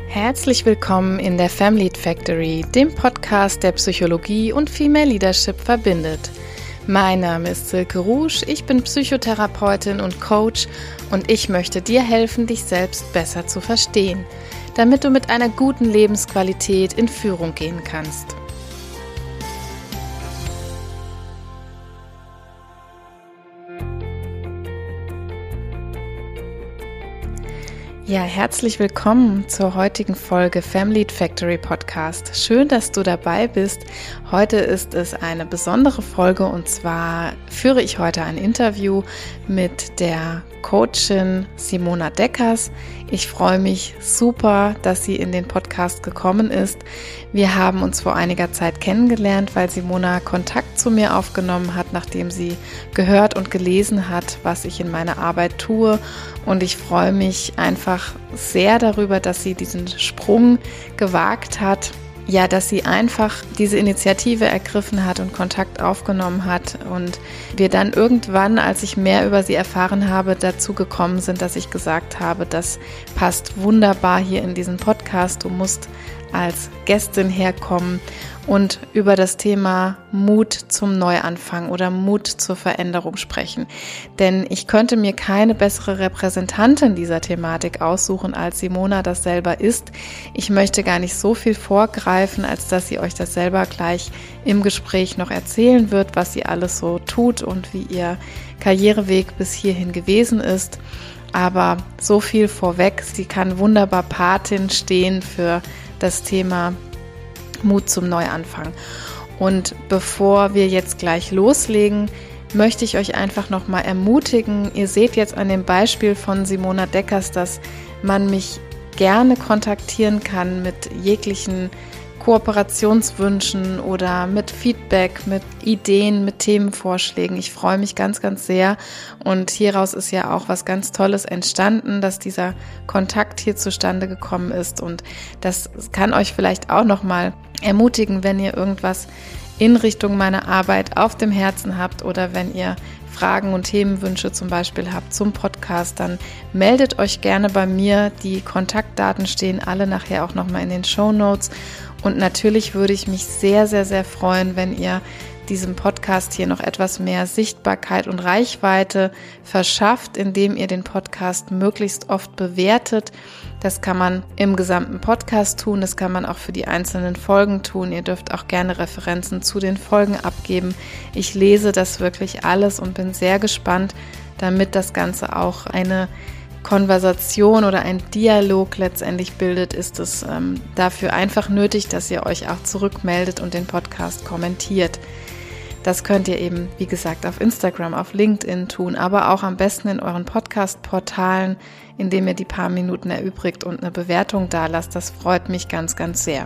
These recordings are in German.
Herzlich willkommen in der Family Factory, dem Podcast, der Psychologie und Female Leadership verbindet. Mein Name ist Silke Rusch, ich bin Psychotherapeutin und Coach und ich möchte dir helfen, dich selbst besser zu verstehen, damit du mit einer guten Lebensqualität in Führung gehen kannst. Ja, herzlich willkommen zur heutigen Folge Family Factory Podcast. Schön, dass du dabei bist. Heute ist es eine besondere Folge und zwar führe ich heute ein Interview mit der Coachin Simona Deckers. Ich freue mich super, dass sie in den Podcast gekommen ist. Wir haben uns vor einiger Zeit kennengelernt, weil Simona Kontakt zu mir aufgenommen hat, nachdem sie gehört und gelesen hat, was ich in meiner Arbeit tue. Und ich freue mich einfach sehr darüber, dass sie diesen Sprung gewagt hat. Ja, dass sie einfach diese Initiative ergriffen hat und Kontakt aufgenommen hat und wir dann irgendwann, als ich mehr über sie erfahren habe, dazu gekommen sind, dass ich gesagt habe, das passt wunderbar hier in diesen Podcast, du musst als Gästin herkommen und über das Thema Mut zum Neuanfang oder Mut zur Veränderung sprechen. Denn ich könnte mir keine bessere Repräsentantin dieser Thematik aussuchen, als Simona das selber ist. Ich möchte gar nicht so viel vorgreifen, als dass sie euch das selber gleich im Gespräch noch erzählen wird, was sie alles so tut und wie ihr Karriereweg bis hierhin gewesen ist. Aber so viel vorweg, sie kann wunderbar Patin stehen für das Thema Mut zum Neuanfang. Und bevor wir jetzt gleich loslegen, möchte ich euch einfach nochmal ermutigen. Ihr seht jetzt an dem Beispiel von Simona Deckers, dass man mich gerne kontaktieren kann mit jeglichen Kooperationswünschen oder mit Feedback, mit Ideen, mit Themenvorschlägen. Ich freue mich ganz, ganz sehr und hieraus ist ja auch was ganz Tolles entstanden, dass dieser Kontakt hier zustande gekommen ist und das kann euch vielleicht auch nochmal ermutigen, wenn ihr irgendwas in Richtung meiner Arbeit auf dem Herzen habt oder wenn ihr Fragen und Themenwünsche zum Beispiel habt zum Podcast, dann meldet euch gerne bei mir. Die Kontaktdaten stehen alle nachher auch nochmal in den Shownotes. Und natürlich würde ich mich sehr, sehr, sehr freuen, wenn ihr diesem Podcast hier noch etwas mehr Sichtbarkeit und Reichweite verschafft, indem ihr den Podcast möglichst oft bewertet. Das kann man im gesamten Podcast tun, das kann man auch für die einzelnen Folgen tun. Ihr dürft auch gerne Referenzen zu den Folgen abgeben. Ich lese das wirklich alles und bin sehr gespannt, damit das Ganze auch eine Konversation oder ein Dialog letztendlich bildet, ist es dafür einfach nötig, dass ihr euch auch zurückmeldet und den Podcast kommentiert. Das könnt ihr eben, wie gesagt, auf Instagram, auf LinkedIn tun, aber auch am besten in euren Podcast-Portalen, indem ihr die paar Minuten erübrigt und eine Bewertung dalasst. Das freut mich ganz, ganz sehr.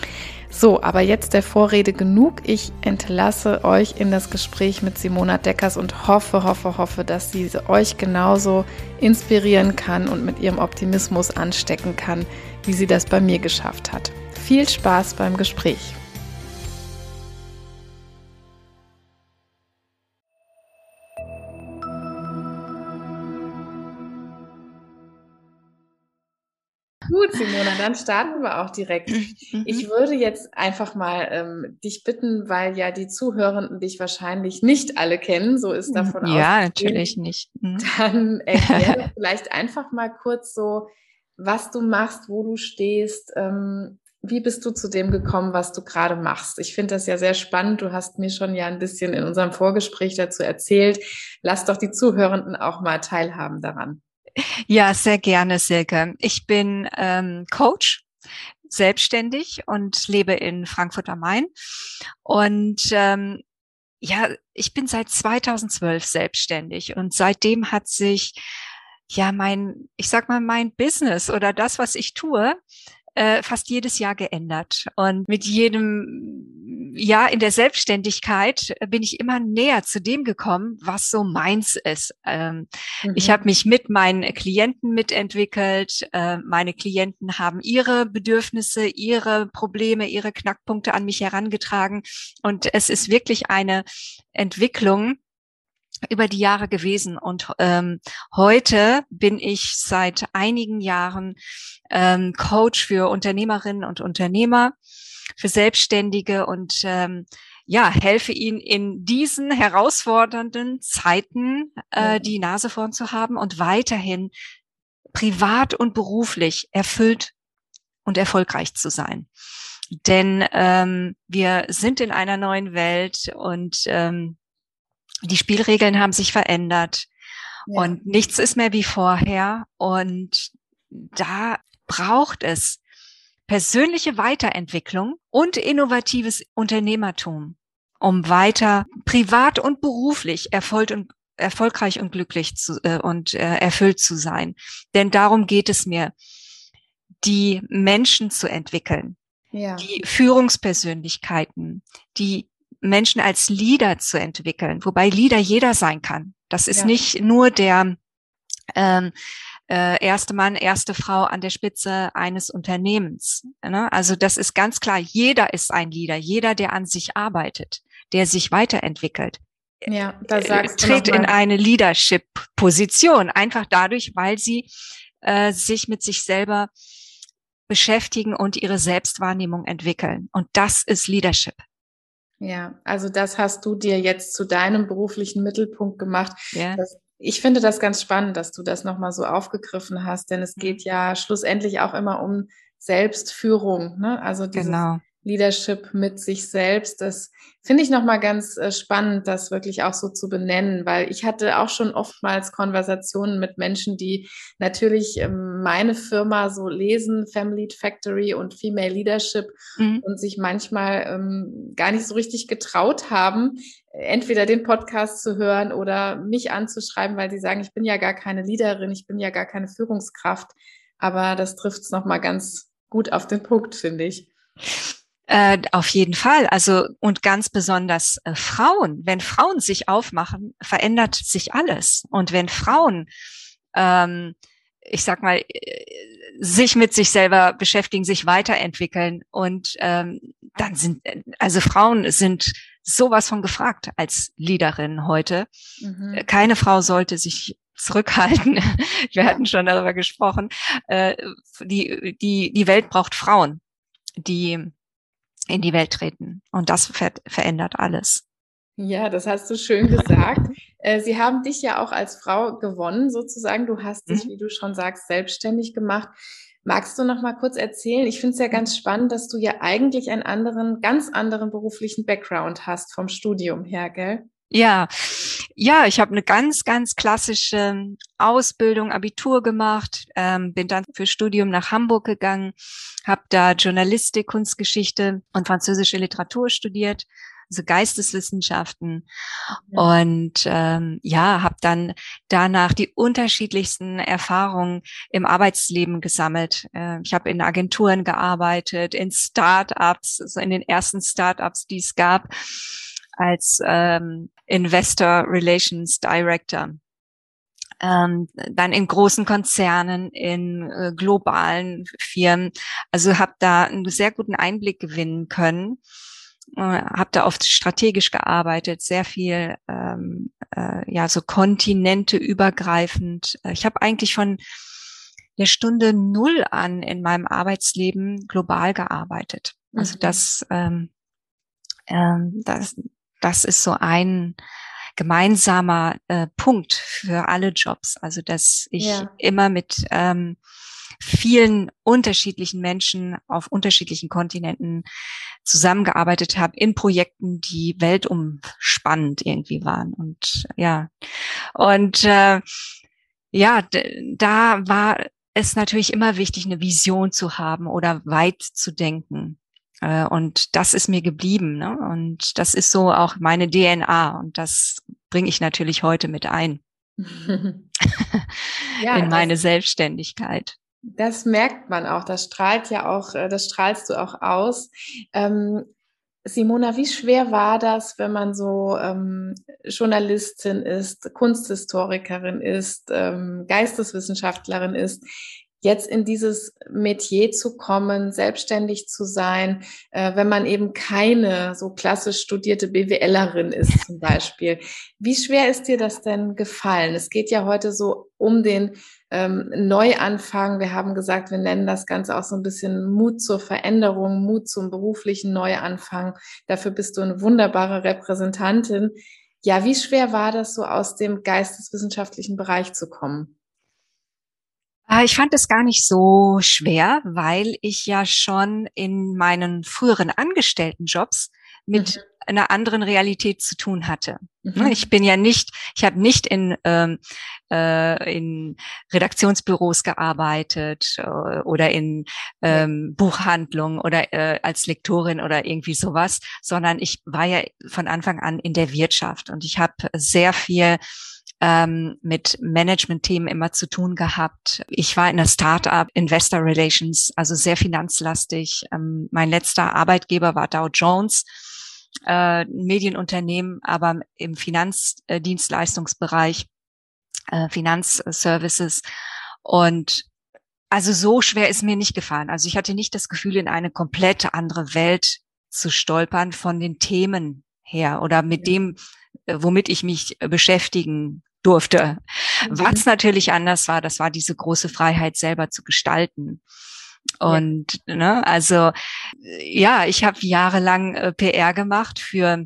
So, aber jetzt der Vorrede genug. Ich entlasse euch in das Gespräch mit Simona Deckers und hoffe, dass sie euch genauso inspirieren kann und mit ihrem Optimismus anstecken kann, wie sie das bei mir geschafft hat. Viel Spaß beim Gespräch. Gut, Simona, dann starten wir auch direkt. Ich würde jetzt einfach mal dich bitten, weil ja die Zuhörenden dich wahrscheinlich nicht alle kennen, so ist davon auszugehen. Ja, natürlich nicht. Dann erklär vielleicht einfach mal kurz so, was du machst, wo du stehst, wie bist du zu dem gekommen, was du gerade machst? Ich finde das ja sehr spannend. Du hast mir schon ja ein bisschen in unserem Vorgespräch dazu erzählt. Lass doch die Zuhörenden auch mal teilhaben daran. Ja, sehr gerne, Silke. Ich bin Coach, selbstständig und lebe in Frankfurt am Main. Und ja, ich bin seit 2012 selbstständig und seitdem hat sich ja mein Business oder das, was ich tue, fast jedes Jahr geändert. Und mit jedem Jahr in der Selbstständigkeit bin ich immer näher zu dem gekommen, was so meins ist. Ich habe mich mit meinen Klienten mitentwickelt. Meine Klienten haben ihre Bedürfnisse, ihre Probleme, ihre Knackpunkte an mich herangetragen. Und es ist wirklich eine Entwicklung, über die Jahre gewesen. Und heute bin ich seit einigen Jahren Coach für Unternehmerinnen und Unternehmer, für Selbstständige und helfe ihnen in diesen herausfordernden Zeiten die Nase vorn zu haben und weiterhin privat und beruflich erfüllt und erfolgreich zu sein. Denn wir sind in einer neuen Welt und die Spielregeln haben sich verändert und nichts ist mehr wie vorher. Und da braucht es persönliche Weiterentwicklung und innovatives Unternehmertum, um weiter privat und beruflich erfolgreich und glücklich erfüllt zu sein. Denn darum geht es mir, die Menschen zu entwickeln, die Führungspersönlichkeiten, die Menschen als Leader zu entwickeln, wobei Leader jeder sein kann. Das ist nicht nur der erste Mann, erste Frau an der Spitze eines Unternehmens. Ne? Also das ist ganz klar, jeder ist ein Leader, jeder, der an sich arbeitet, der sich weiterentwickelt, tritt in eine Leadership-Position, einfach dadurch, weil sie sich mit sich selber beschäftigen und ihre Selbstwahrnehmung entwickeln. Und das ist Leadership. Ja, also das hast du dir jetzt zu deinem beruflichen Mittelpunkt gemacht. Ja. Ich finde das ganz spannend, dass du das nochmal so aufgegriffen hast, denn es geht ja schlussendlich auch immer um Selbstführung, ne? Also dieses Leadership mit sich selbst, das finde ich nochmal ganz spannend, das wirklich auch so zu benennen, weil ich hatte auch schon oftmals Konversationen mit Menschen, die natürlich meine Firma so lesen, Family Factory und Female Leadership, und sich manchmal gar nicht so richtig getraut haben, entweder den Podcast zu hören oder mich anzuschreiben, weil sie sagen, ich bin ja gar keine Leaderin, ich bin ja gar keine Führungskraft, aber das trifft es nochmal ganz gut auf den Punkt, finde ich. Auf jeden Fall. Also, und ganz besonders Frauen. Wenn Frauen sich aufmachen, verändert sich alles. Und wenn Frauen, ich sag mal, sich mit sich selber beschäftigen, sich weiterentwickeln und dann Frauen sind sowas von gefragt als Leaderin heute. Keine Frau sollte sich zurückhalten. Wir hatten schon darüber gesprochen. Die Welt braucht Frauen, die in die Welt treten. Und das verändert alles. Ja, das hast du schön gesagt. Sie haben dich ja auch als Frau gewonnen, sozusagen. Du hast dich, wie du schon sagst, selbstständig gemacht. Magst du noch mal kurz erzählen? Ich finde es ja ganz spannend, dass du ja eigentlich einen ganz anderen beruflichen Background hast vom Studium her, gell? Ja, ich habe eine ganz, ganz klassische Ausbildung, Abitur gemacht, bin dann für Studium nach Hamburg gegangen, habe da Journalistik, Kunstgeschichte und französische Literatur studiert, also Geisteswissenschaften und habe dann danach die unterschiedlichsten Erfahrungen im Arbeitsleben gesammelt. Ich habe in Agenturen gearbeitet, in Start-ups, also in den ersten Start-ups, die es gab, als Investor Relations Director. Dann in großen Konzernen, in globalen Firmen. Also habe da einen sehr guten Einblick gewinnen können. Habe da oft strategisch gearbeitet, sehr viel, so Kontinente übergreifend. Ich habe eigentlich von der Stunde Null an in meinem Arbeitsleben global gearbeitet. Also das ist so ein gemeinsamer Punkt für alle Jobs. Also dass ich immer mit vielen unterschiedlichen Menschen auf unterschiedlichen Kontinenten zusammengearbeitet habe in Projekten, die weltumspannend irgendwie waren. Und da war es natürlich immer wichtig, eine Vision zu haben oder weit zu denken. Und das ist mir geblieben, ne? Und das ist so auch meine DNA. Und das bringe ich natürlich heute mit ein in meine Selbstständigkeit. Das merkt man auch. Das strahlst du auch aus. Simona, wie schwer war das, wenn man so Journalistin ist, Kunsthistorikerin ist, Geisteswissenschaftlerin ist, jetzt in dieses Metier zu kommen, selbstständig zu sein, wenn man eben keine so klassisch studierte BWLerin ist zum Beispiel. Wie schwer ist dir das denn gefallen? Es geht ja heute so um den Neuanfang. Wir haben gesagt, wir nennen das Ganze auch so ein bisschen Mut zur Veränderung, Mut zum beruflichen Neuanfang. Dafür bist du eine wunderbare Repräsentantin. Ja, wie schwer war das, so aus dem geisteswissenschaftlichen Bereich zu kommen? Ich fand es gar nicht so schwer, weil ich ja schon in meinen früheren Angestelltenjobs mit einer anderen Realität zu tun hatte. Ich habe nicht in Redaktionsbüros gearbeitet oder in Buchhandlungen oder als Lektorin oder irgendwie sowas, sondern ich war ja von Anfang an in der Wirtschaft und ich habe sehr viel mit Management-Themen immer zu tun gehabt. Ich war in der Startup, Investor Relations, also sehr finanzlastig. Mein letzter Arbeitgeber war Dow Jones, ein Medienunternehmen, aber im Finanzdienstleistungsbereich, Finanzservices. Und also so schwer ist mir nicht gefallen. Also ich hatte nicht das Gefühl, in eine komplett andere Welt zu stolpern von den Themen her oder mit dem, womit ich mich beschäftigen durfte. Was natürlich anders war, das war diese große Freiheit, selber zu gestalten. Und also ja, ich habe jahrelang PR gemacht für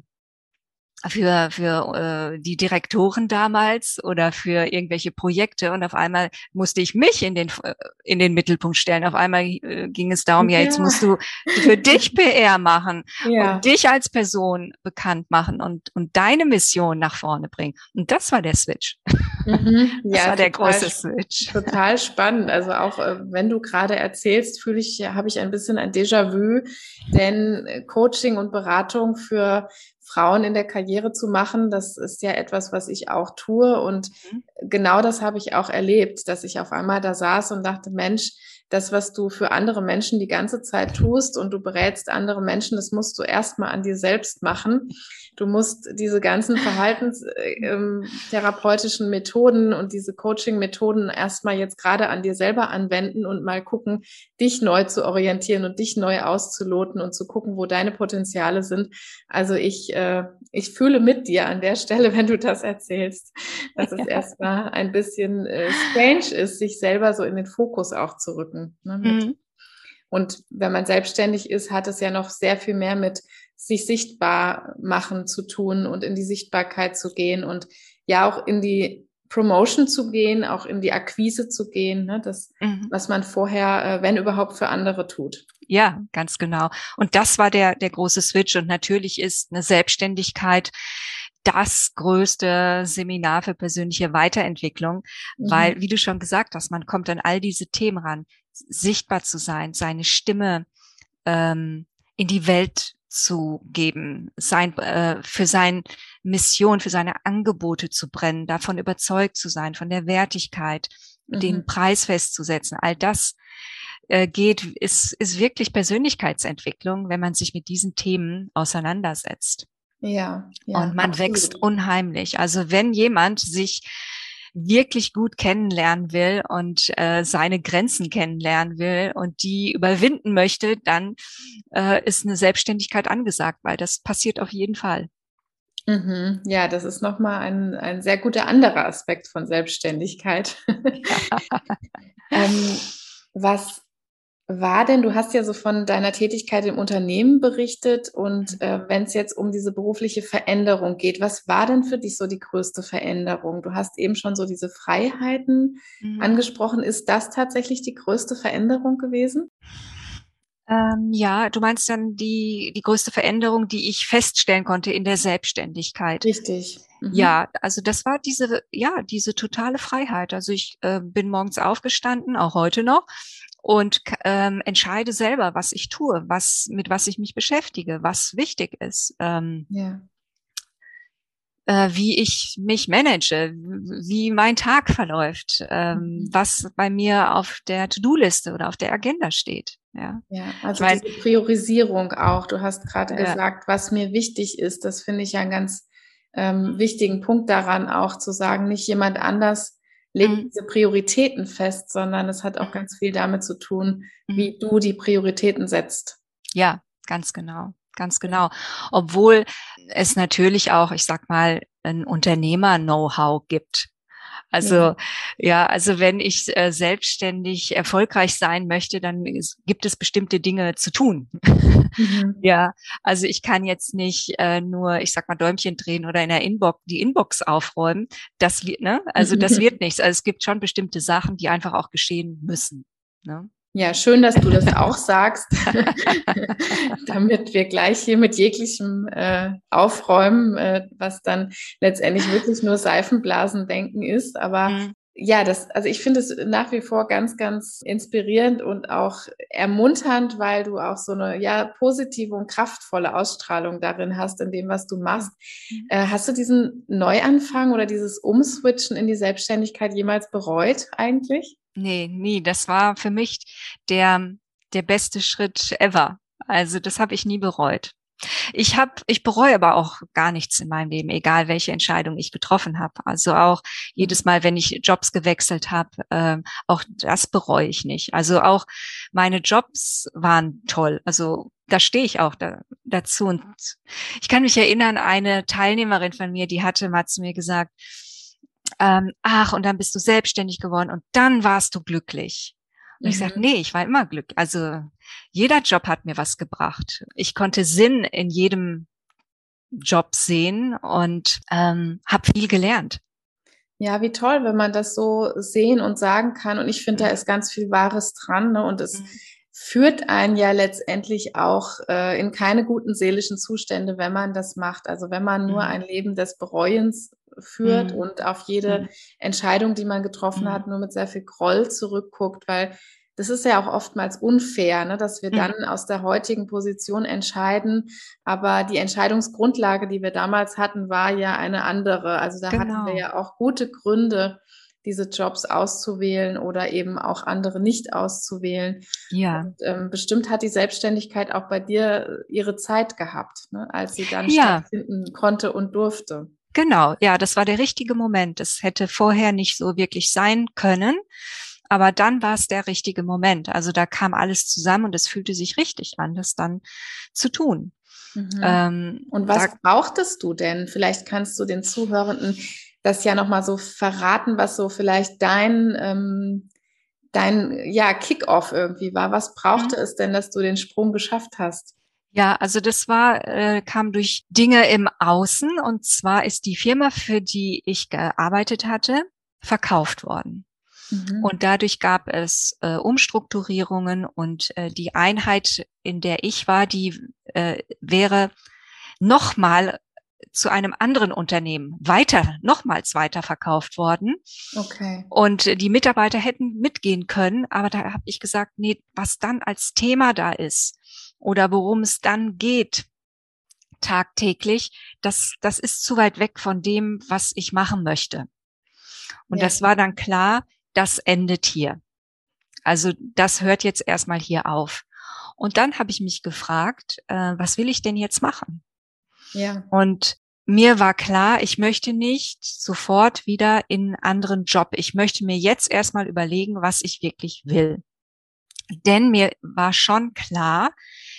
die Direktoren damals oder für irgendwelche Projekte und auf einmal musste ich mich in den Mittelpunkt stellen. Auf einmal ging es darum, jetzt musst du für dich PR machen und dich als Person bekannt machen und deine Mission nach vorne bringen. Und das war der Switch. Das war der große Switch. Total spannend. Also auch wenn du gerade erzählst, habe ich ein bisschen ein Déjà-vu, denn Coaching und Beratung für Frauen in der Karriere zu machen, das ist ja etwas, was ich auch tue. Und genau das habe ich auch erlebt, dass ich auf einmal da saß und dachte, Mensch, das, was du für andere Menschen die ganze Zeit tust und du berätst andere Menschen, das musst du erstmal an dir selbst machen. Du musst diese ganzen verhaltenstherapeutischen Methoden und diese Coaching-Methoden erstmal jetzt gerade an dir selber anwenden und mal gucken, dich neu zu orientieren und dich neu auszuloten und zu gucken, wo deine Potenziale sind. Also ich fühle mit dir an der Stelle, wenn du das erzählst, dass es erstmal ein bisschen strange ist, sich selber so in den Fokus auch zu rücken. Ne, und wenn man selbstständig ist, hat es ja noch sehr viel mehr mit sich sichtbar machen zu tun und in die Sichtbarkeit zu gehen und ja auch in die Promotion zu gehen, auch in die Akquise zu gehen, ne? Das, was man vorher, wenn überhaupt, für andere tut. Ja, ganz genau. Und das war der große Switch. Und natürlich ist eine Selbstständigkeit das größte Seminar für persönliche Weiterentwicklung, weil, wie du schon gesagt hast, man kommt an all diese Themen ran, sichtbar zu sein, seine Stimme in die Welt zu geben, für seine Mission, für seine Angebote zu brennen, davon überzeugt zu sein, von der Wertigkeit, den Preis festzusetzen. All das ist wirklich Persönlichkeitsentwicklung, wenn man sich mit diesen Themen auseinandersetzt. Ja, und man wächst unheimlich. Also wenn jemand sich wirklich gut kennenlernen will und seine Grenzen kennenlernen will und die überwinden möchte, dann ist eine Selbstständigkeit angesagt, weil das passiert auf jeden Fall. Ja, das ist nochmal ein sehr guter anderer Aspekt von Selbstständigkeit. Was war denn, du hast ja so von deiner Tätigkeit im Unternehmen berichtet und wenn es jetzt um diese berufliche Veränderung geht, was war denn für dich so die größte Veränderung? Du hast eben schon so diese Freiheiten angesprochen. Ist das tatsächlich die größte Veränderung gewesen? Ja, du meinst dann die größte Veränderung, die ich feststellen konnte in der Selbstständigkeit. Richtig. Ja, also das war diese totale Freiheit. Also ich bin morgens aufgestanden, auch heute noch, und entscheide selber, was ich tue, mit was ich mich beschäftige, was wichtig ist. Wie ich mich manage, wie mein Tag verläuft, was bei mir auf der To-Do-Liste oder auf der Agenda steht. Ja, also diese Priorisierung auch. Du hast gerade gesagt, was mir wichtig ist. Das finde ich ja einen ganz wichtigen Punkt daran, auch zu sagen, nicht jemand anders legt diese Prioritäten fest, sondern es hat auch ganz viel damit zu tun, wie du die Prioritäten setzt. Ja, ganz genau. Ganz genau. Obwohl es natürlich auch, ich sag mal, ein Unternehmer-Know-how gibt. Also, also wenn ich selbstständig erfolgreich sein möchte, dann gibt es bestimmte Dinge zu tun. Ja, also ich kann jetzt nicht nur, ich sag mal, Däumchen drehen oder in der die Inbox aufräumen. Das wird, ne? Also das wird nichts. Also es gibt schon bestimmte Sachen, die einfach auch geschehen müssen. Ne? Ja, schön, dass du das auch sagst, damit wir gleich hier mit jeglichem aufräumen, was dann letztendlich wirklich nur Seifenblasendenken ist. Aber ja, also ich finde es nach wie vor ganz, ganz inspirierend und auch ermunternd, weil du auch so eine positive und kraftvolle Ausstrahlung darin hast, in dem, was du machst. Hast du diesen Neuanfang oder dieses Umswitchen in die Selbstständigkeit jemals bereut eigentlich? Nee, nie. Das war für mich der beste Schritt ever. Also das habe ich nie bereut. Ich bereue aber auch gar nichts in meinem Leben, egal welche Entscheidung ich getroffen habe. Also auch jedes Mal, wenn ich Jobs gewechselt habe, auch das bereue ich nicht. Also auch meine Jobs waren toll. Also da stehe ich auch dazu. Und ich kann mich erinnern, eine Teilnehmerin von mir, die hatte mal zu mir gesagt, und dann bist du selbstständig geworden und dann warst du glücklich. Und ich sagte, nee, ich war immer glücklich. Also jeder Job hat mir was gebracht. Ich konnte Sinn in jedem Job sehen und habe viel gelernt. Ja, wie toll, wenn man das so sehen und sagen kann. Und ich finde, da ist ganz viel Wahres dran, ne? Und es führt einen ja letztendlich auch in keine guten seelischen Zustände, wenn man das macht. Also wenn man nur ein Leben des Bereuens führt und auf jede Entscheidung, die man getroffen hat, nur mit sehr viel Groll zurückguckt, weil das ist ja auch oftmals unfair, ne, dass wir dann aus der heutigen Position entscheiden. Aber die Entscheidungsgrundlage, die wir damals hatten, war ja eine andere. Also da hatten wir ja auch gute Gründe, diese Jobs auszuwählen oder eben auch andere nicht auszuwählen. Ja. Und bestimmt hat die Selbstständigkeit auch bei dir ihre Zeit gehabt, ne, als sie dann stattfinden konnte und durfte. Genau, ja, das war der richtige Moment. Das hätte vorher nicht so wirklich sein können. Aber dann war es der richtige Moment. Also da kam alles zusammen und es fühlte sich richtig an, das dann zu tun. Und was brauchtest du denn? Vielleicht kannst du den Zuhörenden das ja nochmal so verraten, was so vielleicht dein Kick-off irgendwie war. Was brauchte es denn, dass du den Sprung geschafft hast? Ja, also das kam durch Dinge im Außen. Und zwar ist die Firma, für die ich gearbeitet hatte, verkauft worden. Und dadurch gab es Umstrukturierungen und die Einheit, in der ich war, die wäre nochmal zu einem anderen Unternehmen nochmals weiter verkauft worden. Okay. Und die Mitarbeiter hätten mitgehen können, aber da habe ich gesagt, nee, was dann als Thema da ist oder worum es dann geht tagtäglich, das ist zu weit weg von dem, was ich machen möchte. Und das war dann klar, das endet hier. Also das hört jetzt erstmal hier auf. Und dann habe ich mich gefragt, was will ich denn jetzt machen? Ja. Und mir war klar, ich möchte nicht sofort wieder in einen anderen Job. Ich möchte mir jetzt erstmal überlegen, was ich wirklich will. Denn mir war schon klar,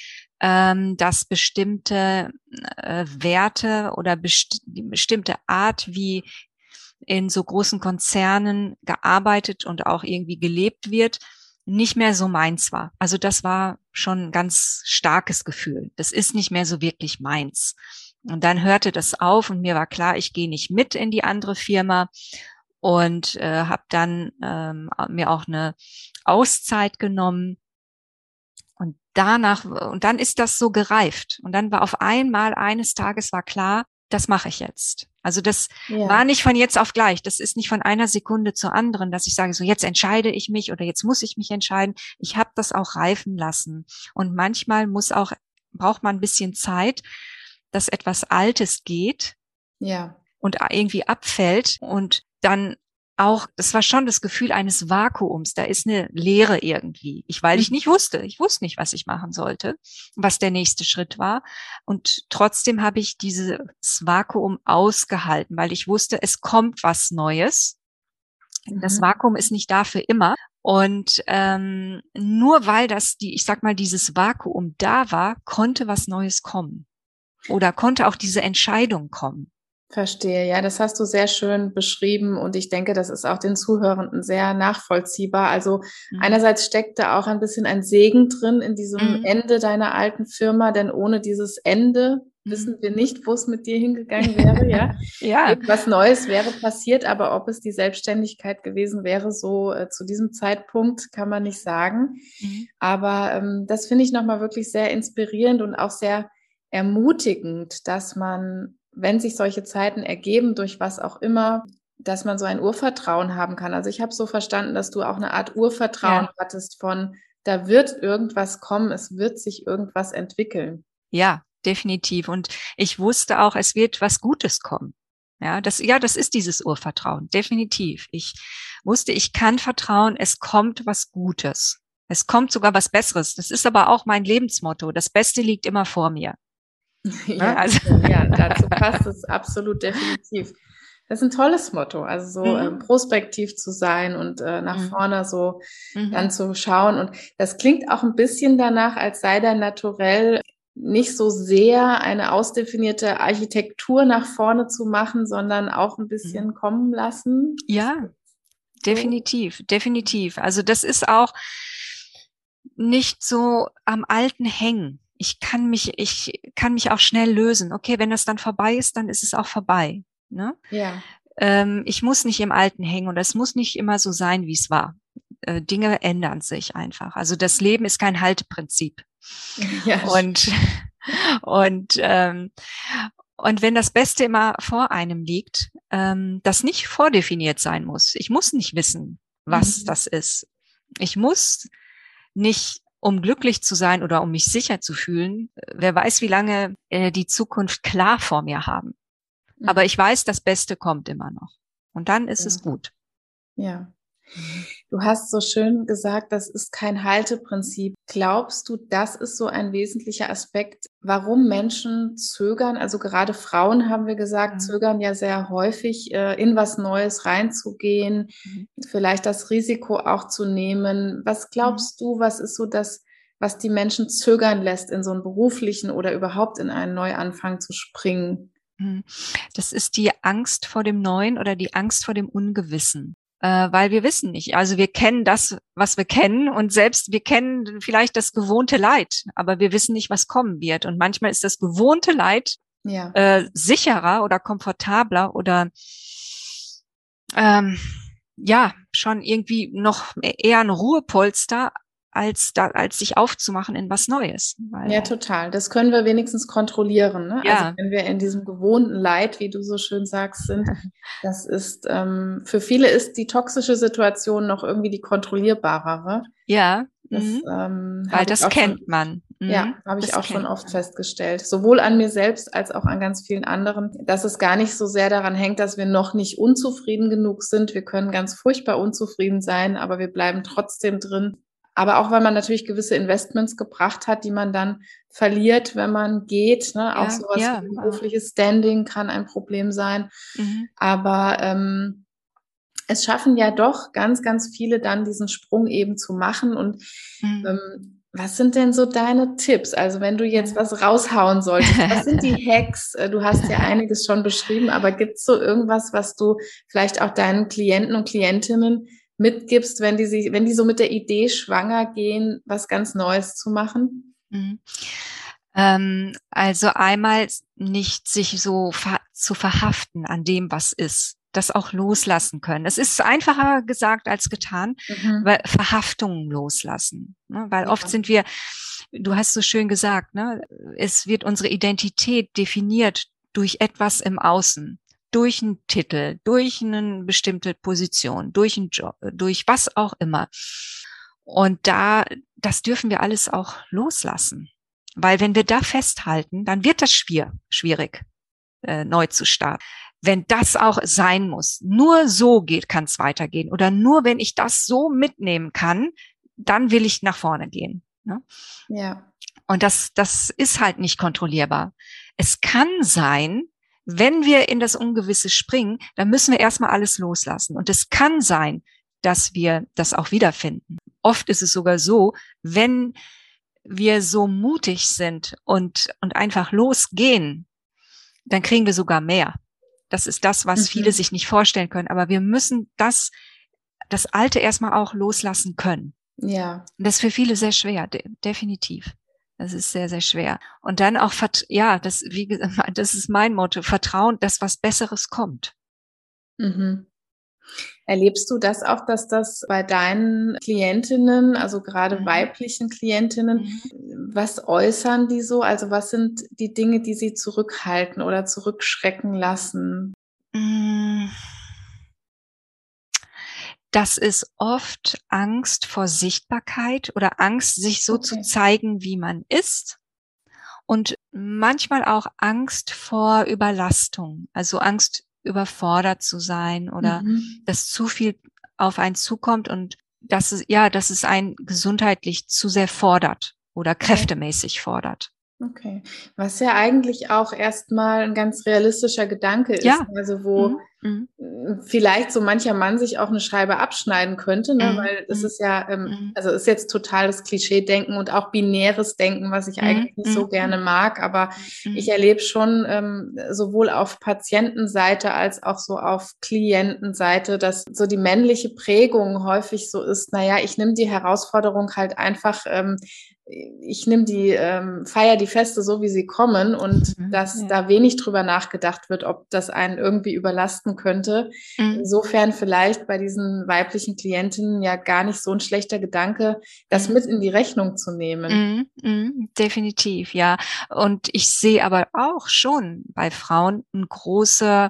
dass bestimmte Werte oder bestimmte Art, wie in so großen Konzernen gearbeitet und auch irgendwie gelebt wird, nicht mehr so meins war. Also das war schon ein ganz starkes Gefühl. Das ist nicht mehr so wirklich meins. Und dann hörte das auf und mir war klar, ich gehe nicht mit in die andere Firma und habe dann mir auch eine Auszeit genommen. Und dann ist das so gereift. Und dann war auf einmal eines Tages war klar, das mache ich jetzt. Also das war nicht von jetzt auf gleich. Das ist nicht von einer Sekunde zur anderen, dass ich sage, so jetzt entscheide ich mich oder jetzt muss ich mich entscheiden. Ich habe das auch reifen lassen. Und manchmal braucht man ein bisschen Zeit, dass etwas Altes geht und irgendwie abfällt und dann auch, das war schon das Gefühl eines Vakuums. Da ist eine Leere irgendwie. Weil ich nicht wusste. Ich wusste nicht, was ich machen sollte, was der nächste Schritt war. Und trotzdem habe ich dieses Vakuum ausgehalten, weil ich wusste, es kommt was Neues. Das Vakuum ist nicht da für immer. Und nur weil ich sag mal, dieses Vakuum da war, konnte was Neues kommen. Oder konnte auch diese Entscheidung kommen. Verstehe, ja, das hast du sehr schön beschrieben und ich denke, das ist auch den Zuhörenden sehr nachvollziehbar. Also einerseits steckt da auch ein bisschen ein Segen drin in diesem Ende deiner alten Firma, denn ohne dieses Ende wissen wir nicht, wo es mit dir hingegangen wäre, ja. Ja. Irgendwas Neues wäre passiert, aber ob es die Selbstständigkeit gewesen wäre, so zu diesem Zeitpunkt, kann man nicht sagen. Aber das finde ich nochmal wirklich sehr inspirierend und auch sehr ermutigend, dass man, wenn sich solche Zeiten ergeben, durch was auch immer, dass man so ein Urvertrauen haben kann. Also ich habe so verstanden, dass du auch eine Art Urvertrauen hattest von, da wird irgendwas kommen, es wird sich irgendwas entwickeln. Ja, definitiv. Und ich wusste auch, es wird was Gutes kommen. Ja, das ist dieses Urvertrauen. Definitiv. Ich wusste, ich kann vertrauen, es kommt was Gutes. Es kommt sogar was Besseres. Das ist aber auch mein Lebensmotto. Das Beste liegt immer vor mir. Ja, also. Ja, dazu passt es absolut definitiv. Das ist ein tolles Motto, also so prospektiv zu sein und nach vorne so dann zu schauen. Und das klingt auch ein bisschen danach, als sei dein Naturell nicht so sehr eine ausdefinierte Architektur nach vorne zu machen, sondern auch ein bisschen kommen lassen. Ja, definitiv, definitiv. Also das ist auch nicht so am Alten hängen. Ich kann mich auch schnell lösen. Okay, wenn das dann vorbei ist, dann ist es auch vorbei. Ne? Ja. Ich muss nicht im Alten hängen und es muss nicht immer so sein, wie es war. Dinge ändern sich einfach. Also das Leben ist kein Halteprinzip. Ja. Und wenn das Beste immer vor einem liegt, das nicht vordefiniert sein muss. Ich muss nicht wissen, was das ist. Ich muss nicht, um glücklich zu sein oder um mich sicher zu fühlen, wer weiß, wie lange die Zukunft klar vor mir haben. Aber ich weiß, das Beste kommt immer noch. Und dann ist es gut. Ja. Du hast so schön gesagt, das ist kein Halteprinzip. Glaubst du, das ist so ein wesentlicher Aspekt, warum Menschen zögern? Also gerade Frauen, haben wir gesagt, zögern ja sehr häufig, in was Neues reinzugehen, vielleicht das Risiko auch zu nehmen. Was glaubst du, was ist so das, was die Menschen zögern lässt, in so einen beruflichen oder überhaupt in einen Neuanfang zu springen? Das ist die Angst vor dem Neuen oder die Angst vor dem Ungewissen. Weil wir wissen nicht. Also wir kennen das, was wir kennen und selbst wir kennen vielleicht das gewohnte Leid, aber wir wissen nicht, was kommen wird. Und manchmal ist das gewohnte Leid sicherer oder komfortabler oder schon irgendwie noch eher ein Ruhepolster, als sich aufzumachen in was Neues. Ja, total. Das können wir wenigstens kontrollieren. Ne? Ja. Also wenn wir in diesem gewohnten Leid, wie du so schön sagst, sind, das ist, für viele ist die toxische Situation noch irgendwie die kontrollierbarere. Ja. Das, weil das kennt man. Ja, habe ich auch schon oft festgestellt. Sowohl an mir selbst als auch an ganz vielen anderen, dass es gar nicht so sehr daran hängt, dass wir noch nicht unzufrieden genug sind. Wir können ganz furchtbar unzufrieden sein, aber wir bleiben trotzdem drin. Aber auch, weil man natürlich gewisse Investments gebracht hat, die man dann verliert, wenn man geht. Ne? Auch sowas wie berufliches Standing kann ein Problem sein. Aber es schaffen ja doch ganz, ganz viele dann diesen Sprung eben zu machen. Und was sind denn so deine Tipps? Also wenn du jetzt was raushauen solltest, was sind die Hacks? Du hast ja einiges schon beschrieben, aber gibt es so irgendwas, was du vielleicht auch deinen Klienten und Klientinnen mitgibst, wenn die so mit der Idee schwanger gehen, was ganz Neues zu machen? Also einmal nicht sich so zu verhaften an dem, was ist. Das auch loslassen können. Es ist einfacher gesagt als getan, weil Verhaftungen loslassen. Ne? Weil oft sind wir, du hast so schön gesagt, ne? Es wird unsere Identität definiert durch etwas im Außen. Durch einen Titel, durch eine bestimmte Position, durch einen Job, durch was auch immer. Und das dürfen wir alles auch loslassen. Weil wenn wir da festhalten, dann wird das schwierig, neu zu starten. Wenn das auch sein muss, nur so kann es weitergehen. Oder nur wenn ich das so mitnehmen kann, dann will ich nach vorne gehen. Ne? Ja. Und das ist halt nicht kontrollierbar. Es kann sein, wenn wir in das Ungewisse springen, dann müssen wir erstmal alles loslassen. Und es kann sein, dass wir das auch wiederfinden. Oft ist es sogar so, wenn wir so mutig sind und einfach losgehen, dann kriegen wir sogar mehr. Das ist das, was viele sich nicht vorstellen können. Aber wir müssen das Alte erstmal auch loslassen können. Ja. Und das ist für viele sehr schwer, definitiv. Das ist sehr, sehr schwer. Und dann auch, das ist mein Motto, Vertrauen, dass was Besseres kommt. Mhm. Erlebst du das auch, dass das bei deinen Klientinnen, also gerade weiblichen Klientinnen, was äußern die so? Also was sind die Dinge, die sie zurückhalten oder zurückschrecken lassen? Das ist oft Angst vor Sichtbarkeit oder Angst, sich so zu zeigen, wie man ist. Und manchmal auch Angst vor Überlastung, also Angst, überfordert zu sein oder dass zu viel auf einen zukommt und dass es einen gesundheitlich zu sehr fordert oder kräftemäßig fordert. Okay. Was ja eigentlich auch erstmal ein ganz realistischer Gedanke ist, also wo vielleicht so mancher Mann sich auch eine Scheibe abschneiden könnte, ne? Weil es ist ja, also ist jetzt total das Klischee-Denken und auch binäres Denken, was ich eigentlich nicht so gerne mag, aber ich erlebe schon sowohl auf Patientenseite als auch so auf Klientenseite, dass so die männliche Prägung häufig so ist, naja, ich nehme die Herausforderung halt einfach, ich nehme feier die Feste so, wie sie kommen und dass da wenig drüber nachgedacht wird, ob das einen irgendwie überlasten könnte. Insofern vielleicht bei diesen weiblichen Klientinnen ja gar nicht so ein schlechter Gedanke, das mit in die Rechnung zu nehmen. Definitiv, ja. Und ich sehe aber auch schon bei Frauen eine große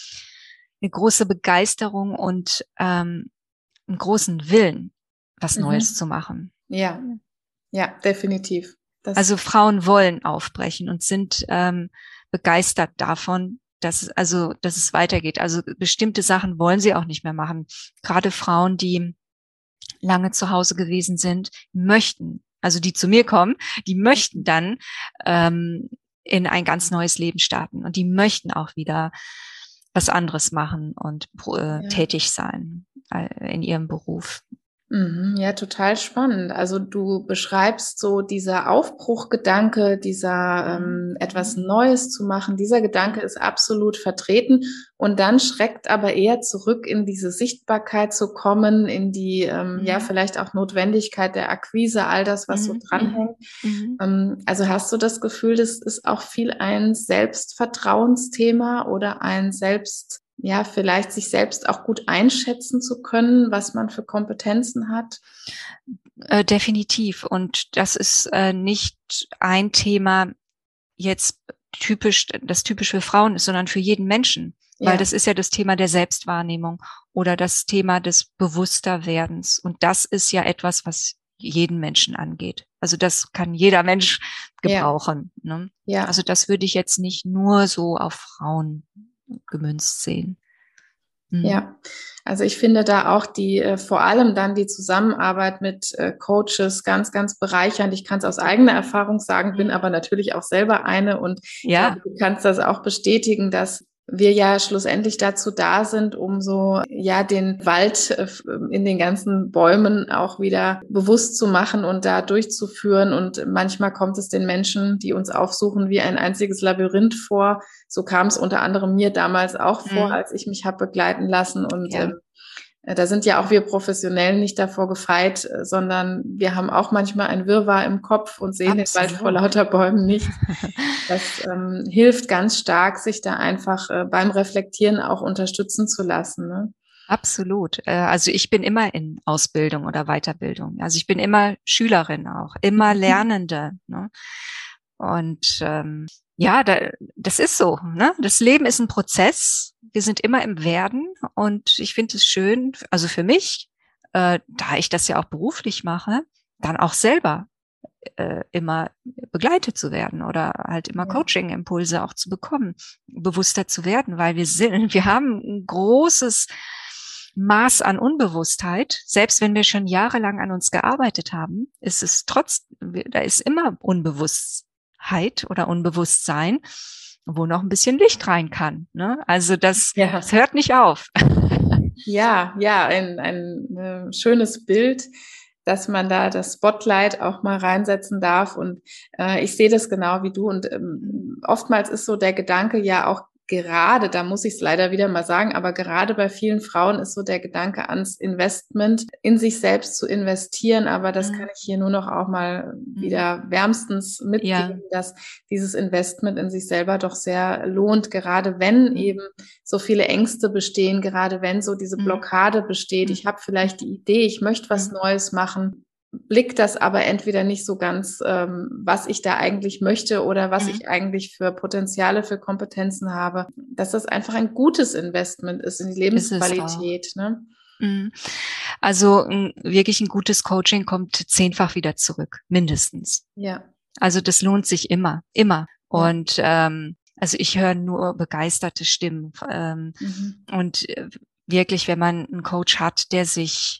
Begeisterung und einen großen Willen, was Neues zu machen. Ja, definitiv. Also Frauen wollen aufbrechen und sind begeistert davon, dass es weitergeht. Also bestimmte Sachen wollen sie auch nicht mehr machen. Gerade Frauen, die lange zu Hause gewesen sind, also die zu mir kommen, die möchten dann in ein ganz neues Leben starten und die möchten auch wieder was anderes machen und tätig sein in ihrem Beruf. Ja, total spannend. Also du beschreibst so dieser Aufbruchgedanke, dieser etwas Neues zu machen, dieser Gedanke ist absolut vertreten und dann schreckt aber eher zurück, in diese Sichtbarkeit zu kommen, in die ja vielleicht auch Notwendigkeit der Akquise, all das, was so dranhängt. Also hast du das Gefühl, das ist auch viel ein Selbstvertrauensthema oder ein vielleicht sich selbst auch gut einschätzen zu können, was man für Kompetenzen hat? Definitiv. Und das ist nicht ein Thema jetzt das typisch für Frauen ist, sondern für jeden Menschen. Weil das ist ja das Thema der Selbstwahrnehmung oder das Thema des Bewussterwerdens. Und das ist ja etwas, was jeden Menschen angeht. Also das kann jeder Mensch gebrauchen. Ne? Also das würde ich jetzt nicht nur so auf Frauen gemünzt sehen. Ja, also ich finde da auch vor allem dann die Zusammenarbeit mit Coaches ganz, ganz bereichernd. Ich kann es aus eigener Erfahrung sagen, bin aber natürlich auch selber eine und ich glaube, du kannst das auch bestätigen, dass wir ja schlussendlich dazu da sind, um so den Wald in den ganzen Bäumen auch wieder bewusst zu machen und da durchzuführen. Und manchmal kommt es den Menschen, die uns aufsuchen, wie ein einziges Labyrinth vor. So kam es unter anderem mir damals auch vor, als ich mich habe begleiten lassen. Und da sind ja auch wir Professionellen nicht davor gefeit, sondern wir haben auch manchmal ein Wirrwarr im Kopf und sehen den Wald vor lauter Bäumen nicht. Das hilft ganz stark, sich da einfach beim Reflektieren auch unterstützen zu lassen. Ne? Absolut. Also ich bin immer in Ausbildung oder Weiterbildung. Also ich bin immer Schülerin auch, immer Lernende. Ne? Und das ist so. Ne? Das Leben ist ein Prozess. Wir sind immer im Werden und ich finde es schön, also für mich, da ich das ja auch beruflich mache, dann auch selber immer begleitet zu werden oder halt immer Coaching-Impulse auch zu bekommen, bewusster zu werden, weil wir haben ein großes Maß an Unbewusstheit. Selbst wenn wir schon jahrelang an uns gearbeitet haben, ist es da ist immer Unbewusstheit oder Unbewusstsein. wo noch ein bisschen Licht rein kann. Ne? Also das hört nicht auf. Ja, ein schönes Bild, dass man da das Spotlight auch mal reinsetzen darf. Und ich sehe das genau wie du. Und oftmals ist so der Gedanke ja auch gerade, da muss ich es leider wieder mal sagen, aber gerade bei vielen Frauen ist so der Gedanke ans Investment, in sich selbst zu investieren. Aber das kann ich hier nur noch auch mal wieder wärmstens mitgeben, dass dieses Investment in sich selber doch sehr lohnt, gerade wenn eben so viele Ängste bestehen, gerade wenn so diese Blockade besteht. Ich habe vielleicht die Idee, ich möchte was Neues machen, blickt das aber entweder nicht so ganz, was ich da eigentlich möchte oder was ich eigentlich für Potenziale, für Kompetenzen habe, dass das einfach ein gutes Investment ist in die Lebensqualität. Ne? Also wirklich ein gutes Coaching kommt 10-fach wieder zurück, mindestens. Ja. Also das lohnt sich immer. Und also ich höre nur begeisterte Stimmen. Und wirklich, wenn man einen Coach hat, der sich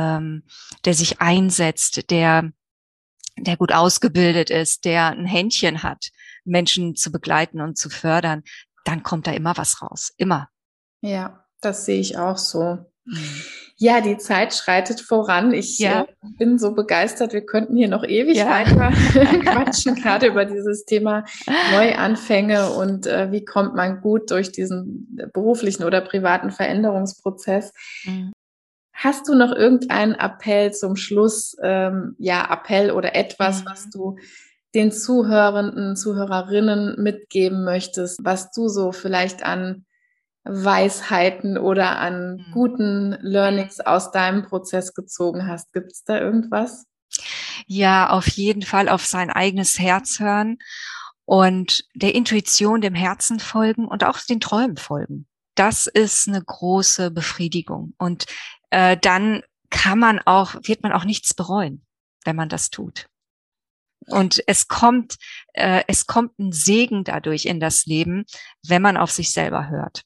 einsetzt, der gut ausgebildet ist, der ein Händchen hat, Menschen zu begleiten und zu fördern, dann kommt da immer was raus. Immer. Ja, das sehe ich auch so. Ja, die Zeit schreitet voran. Ich bin so begeistert. Wir könnten hier noch ewig weiter quatschen, gerade über dieses Thema Neuanfänge und wie kommt man gut durch diesen beruflichen oder privaten Veränderungsprozess. Hast du noch irgendeinen Appell zum Schluss, Appell oder etwas, was du den Zuhörenden, Zuhörerinnen mitgeben möchtest, was du so vielleicht an Weisheiten oder an guten Learnings aus deinem Prozess gezogen hast? Gibt es da irgendwas? Ja, auf jeden Fall auf sein eigenes Herz hören und der Intuition, dem Herzen folgen und auch den Träumen folgen. Das ist eine große Befriedigung. Und dann wird man auch nichts bereuen, wenn man das tut. Und es kommt ein Segen dadurch in das Leben, wenn man auf sich selber hört.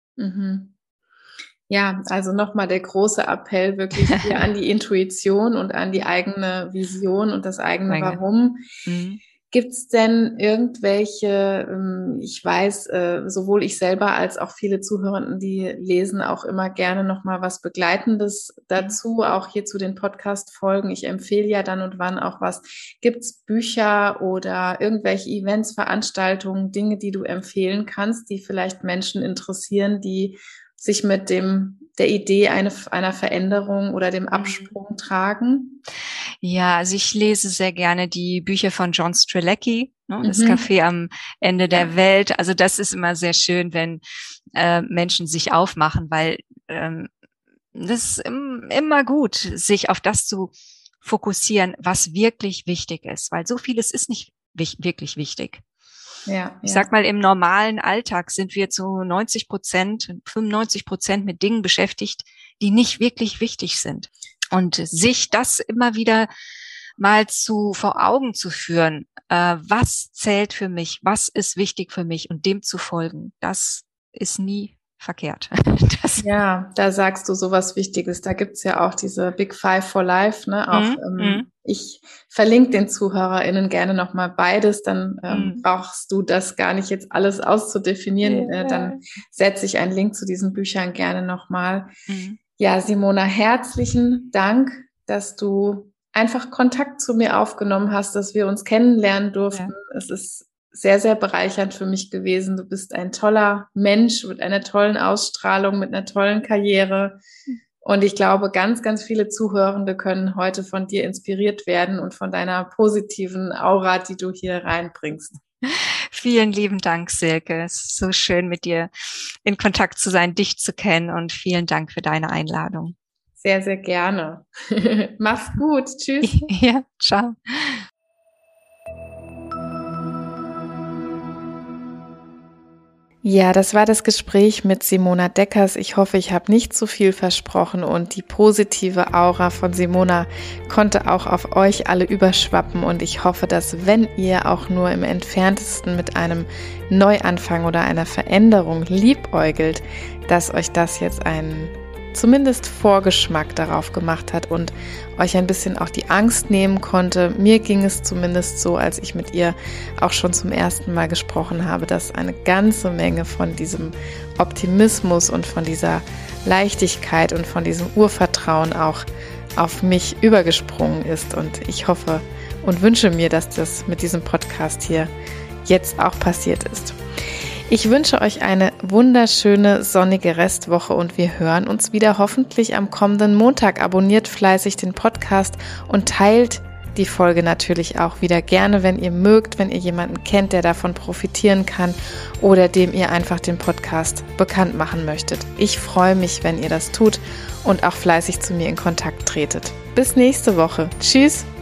Ja, also nochmal der große Appell wirklich hier an die Intuition und an die eigene Vision und das eigene Warum. Gibt es denn irgendwelche, ich weiß, sowohl ich selber als auch viele Zuhörenden, die lesen auch immer gerne nochmal was Begleitendes dazu, auch hier zu den Podcast-Folgen. Ich empfehle ja dann und wann auch was. Gibt es Bücher oder irgendwelche Events, Veranstaltungen, Dinge, die du empfehlen kannst, die vielleicht Menschen interessieren, die sich mit der Idee einer Veränderung oder dem Absprung tragen? Ja, also ich lese sehr gerne die Bücher von John Strzelecki, ne, das Café am Ende der Welt. Also das ist immer sehr schön, wenn Menschen sich aufmachen, weil das ist immer gut, sich auf das zu fokussieren, was wirklich wichtig ist, weil so vieles ist nicht wirklich wichtig. Ich sag mal, im normalen Alltag sind wir zu 95% mit Dingen beschäftigt, die nicht wirklich wichtig sind. Und sich das immer wieder mal vor Augen zu führen, was zählt für mich, was ist wichtig für mich und dem zu folgen, das ist nie verkehrt. Ja, da sagst du sowas Wichtiges. Da gibt's ja auch diese Big Five for Life, ne? Auch ich verlinke den ZuhörerInnen gerne nochmal beides, dann brauchst du das gar nicht jetzt alles auszudefinieren. Dann setze ich einen Link zu diesen Büchern gerne nochmal. Ja, Simona, herzlichen Dank, dass du einfach Kontakt zu mir aufgenommen hast, dass wir uns kennenlernen durften. Es ist sehr, sehr bereichernd für mich gewesen. Du bist ein toller Mensch mit einer tollen Ausstrahlung, mit einer tollen Karriere. Und ich glaube, ganz, ganz viele Zuhörende können heute von dir inspiriert werden und von deiner positiven Aura, die du hier reinbringst. Vielen lieben Dank, Silke. Es ist so schön, mit dir in Kontakt zu sein, dich zu kennen und vielen Dank für deine Einladung. Sehr, sehr gerne. Mach's gut. Tschüss. Ja, ciao. Ja, das war das Gespräch mit Simona Deckers. Ich hoffe, ich habe nicht zu viel versprochen und die positive Aura von Simona konnte auch auf euch alle überschwappen und ich hoffe, dass wenn ihr auch nur im Entferntesten mit einem Neuanfang oder einer Veränderung liebäugelt, dass euch das jetzt ein zumindest Vorgeschmack darauf gemacht hat und euch ein bisschen auch die Angst nehmen konnte. Mir ging es zumindest so, als ich mit ihr auch schon zum ersten Mal gesprochen habe, dass eine ganze Menge von diesem Optimismus und von dieser Leichtigkeit und von diesem Urvertrauen auch auf mich übergesprungen ist. Und ich hoffe und wünsche mir, dass das mit diesem Podcast hier jetzt auch passiert ist. Ich wünsche euch eine wunderschöne sonnige Restwoche und wir hören uns wieder hoffentlich am kommenden Montag. Abonniert fleißig den Podcast und teilt die Folge natürlich auch wieder gerne, wenn ihr mögt, wenn ihr jemanden kennt, der davon profitieren kann oder dem ihr einfach den Podcast bekannt machen möchtet. Ich freue mich, wenn ihr das tut und auch fleißig zu mir in Kontakt tretet. Bis nächste Woche. Tschüss!